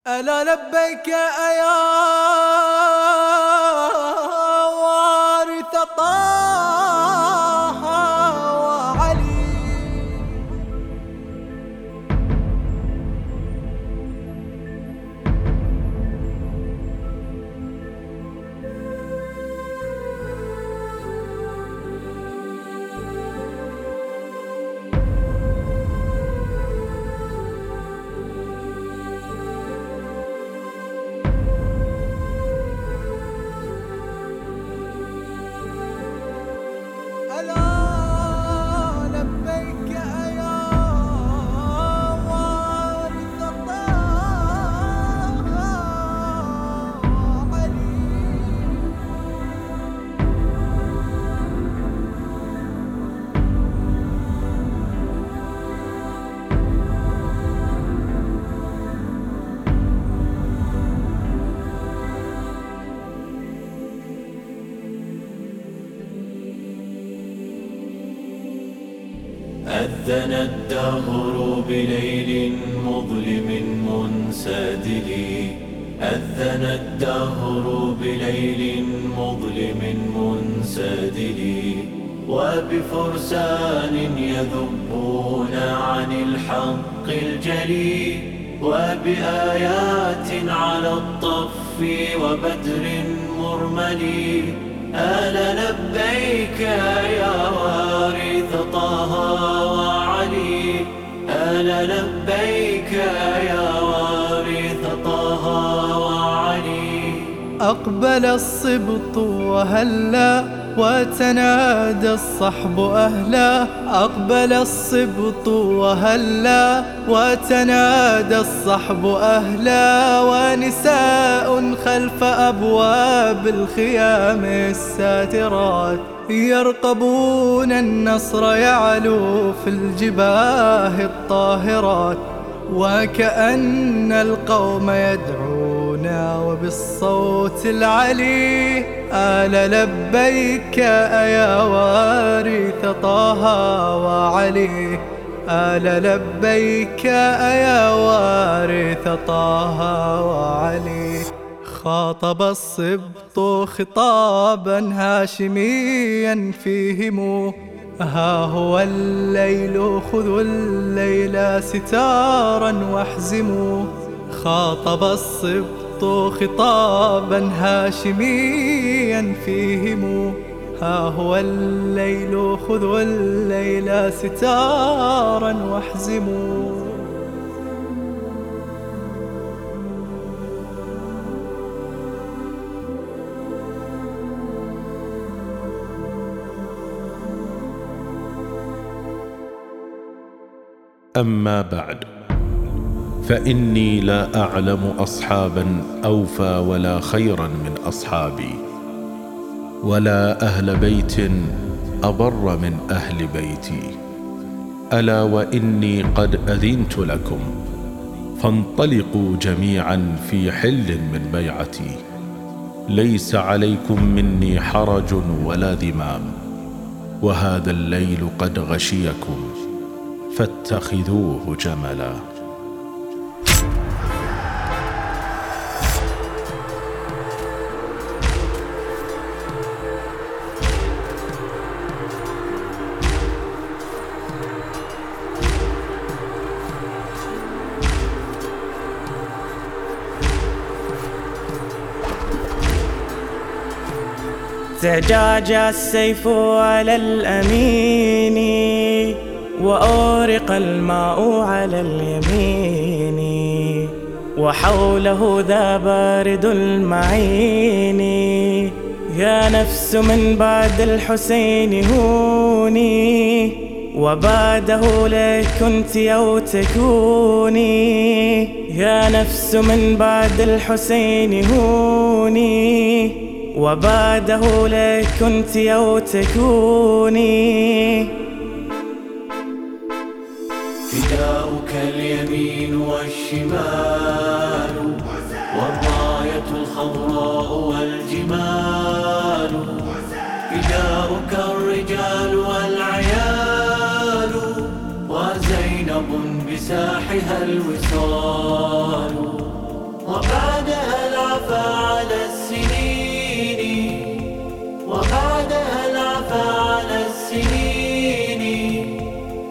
ألا لبيك يا وارث طه وعلي. ألا لبيك يا وارث طه وعلي. أذن الدهر بليل مظلم منسدل. أذن الدهر بليل مظلم منسدل. وبفرسان يذبون عن الحق الجلي. وبآيات على الطف وبدر مرمل. ألا لبيك يا وارث طه وعلي. ألا لبيك يا وارث طه وعلي. أقبل الصبط وهلا وتنادى الصحب أهلا. أقبل الصبط وهلا وتنادى الصحب أهلا. ونساء خلف أبواب الخيام الساترات يرقبون النصر يعلو في الجباه الطاهرات. وكأن القوم يدعونا وبالصوت العلي. ألا لبيك يا وارث طه وعلي. ألا لبيك يا وارث طه وعلي. خاطب الصبط خطابا هاشميا فيهم ها هو الليل خذوا الليل ستارا واحزموا. خاطب الصبط خطابا هاشميا فيهم ها هو الليل خذوا الليل ستارا واحزموا. أما بعد، فإني لا أعلم أصحابا أوفى ولا خيرا من أصحابي، ولا أهل بيت أبر من أهل بيتي. ألا وإني قد أذنت لكم فانطلقوا جميعا في حل من بيعتي. ليس عليكم مني حرج ولا ذمام، وهذا الليل قد غشيكم فاتخذوه جملا. زجاج السيف على الأمين وأورق الماء على اليمين. وحوله ذا بارد المعين. يا نفس من بعد الحسين هوني. وبعده لك كنت أو تكوني. يا نفس من بعد الحسين هوني. وبعده لك كنت أو تكوني. فداؤك اليمين والشمال. والراية الخضراء والجمال. فداؤك الرجال والعيال. وزينب بساحها الوصال.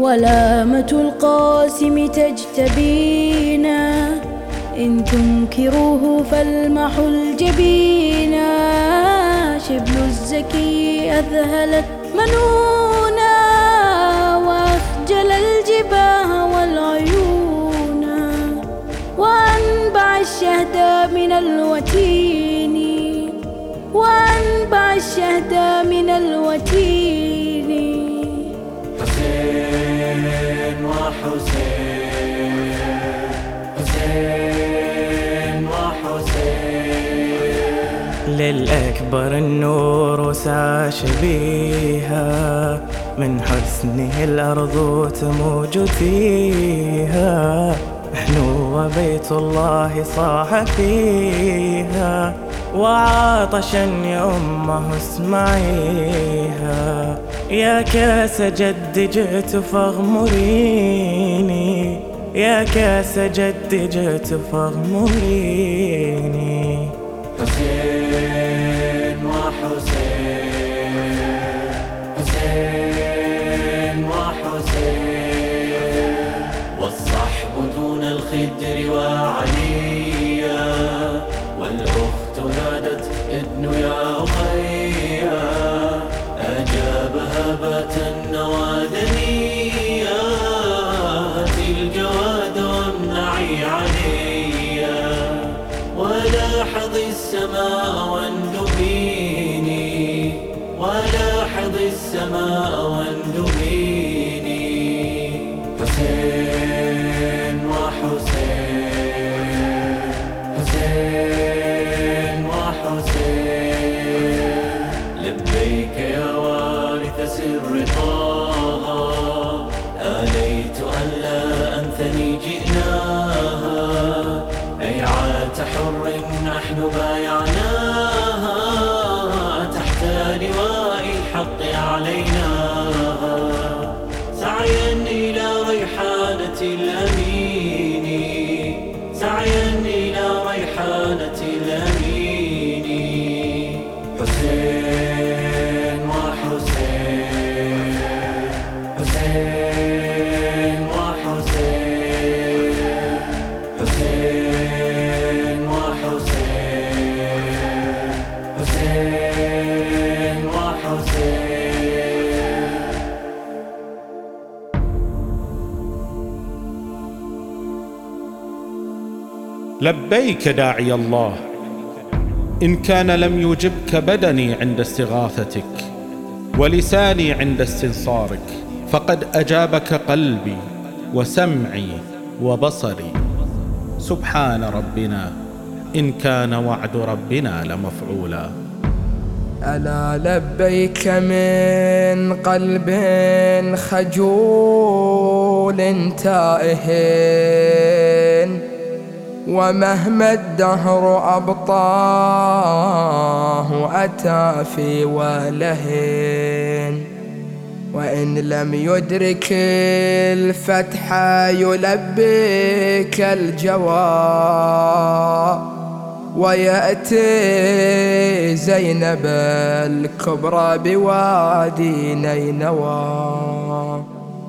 ولامة القاسم تجتبينا، إن تنكروه فالمحوا الجبينا. شبل الزكي أذهلت منونا، وأخجل الجباه والعيون، وأنبع الشهد من الوتين، وأنبع الشهد من الوتين. حسين وحسين، حسين وحسين. للأكبر النور ساش بيها، من حسنه الأرض تموج فيها. نحن وبيت الله صاح فيها، وعاطشا يا أمه اسمعيها. يا كاس جد جئت فاغمريني، يا كاس جد جئت فاغمريني. حسين وحسين، حسين وحسين. والصحب دون الخدر وعليا، والأخت نادت ابن يا أخيا. أجابها بات النوادنيا، هاتي الجواد وامنعي عليا. ولاحظي السماء واندبيني، ولاحظي السماء واندبيني. حسين وحسين، حسين وحسين. لبيك يا وارث سر طه، آليت ألا أنثني جئناها. بيعة حر نحن بايعناها، تحت لواء الحق عليناها. سعيا إلى ريحانة الأمين، سعيا إلى ريحانة الأمين. حسين وحسين، حسين وحسين. حسين وحسين، حسين وحسين. لبيك داعي الله، إن كان لم يجبك بدني عند استغاثتك، ولساني عند استنصارك، فقد أجابك قلبي وسمعي وبصري. سبحان ربنا إن كان وعد ربنا لمفعولا. ألا لبيك من قلب خجول تائه، ومهما الدهر أبطاه أتى في ولهن. وإن لم يدرك الفتح يلبيك الجواب، ويأتي زينب الكبرى بوادي نينوى.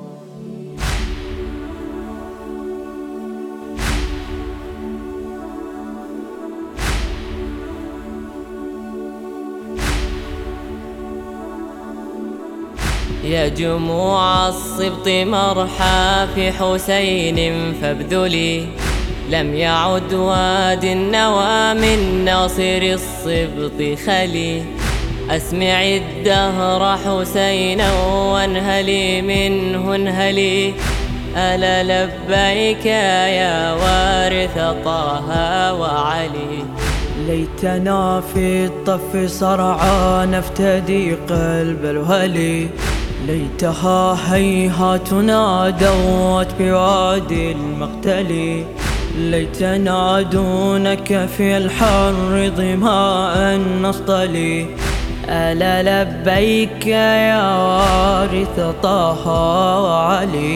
يا جموع الصبط مرحى في حسين فابذلي، لم يعد واد النوى من ناصر الصبط خلي. أسمعي الدهر حسينا وانهلي منه انهلي. ألا لبيك يا وارث طه وعلي. ليتنا في الطف صرعى نفتدي قلب الوهلي. ليتها هيهاتنا دوت بوادي المقتل. ليتنا دونك في الحر ظماء نصطلي. ألا لبيك يا وارث طه وعلي.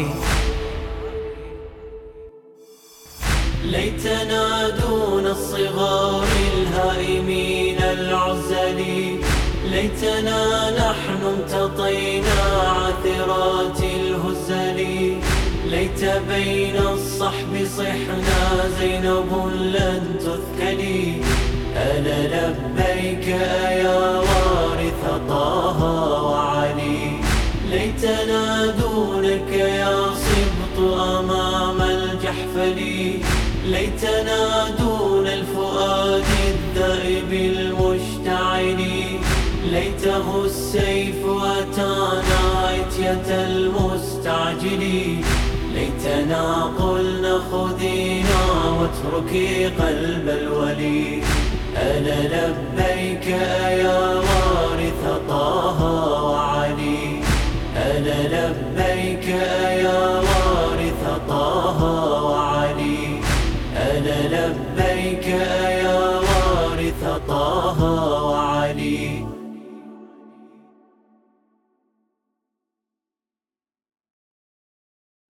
ليتنا دون الصغار الهائمين العزلي. ليتنا نحن امتطينا عثرات الهزل. بين الصحب صحنا زينب لن تثكلي. أنا لبيك يا وارث طه وعلي. ليتنا دونك يا سبط أمام الجحفل. ليتنا دون الفؤاد الذائب المشتعل. ليته السيف أتانا إتية المستعجل. ليتنا قلنا خذينا واتركي قلب الولي. أنا لبيك يا وارث طه وعلي. أنا لبيك يا وارث طه وعلي. أنا لبيك يا وارث طه وعلي.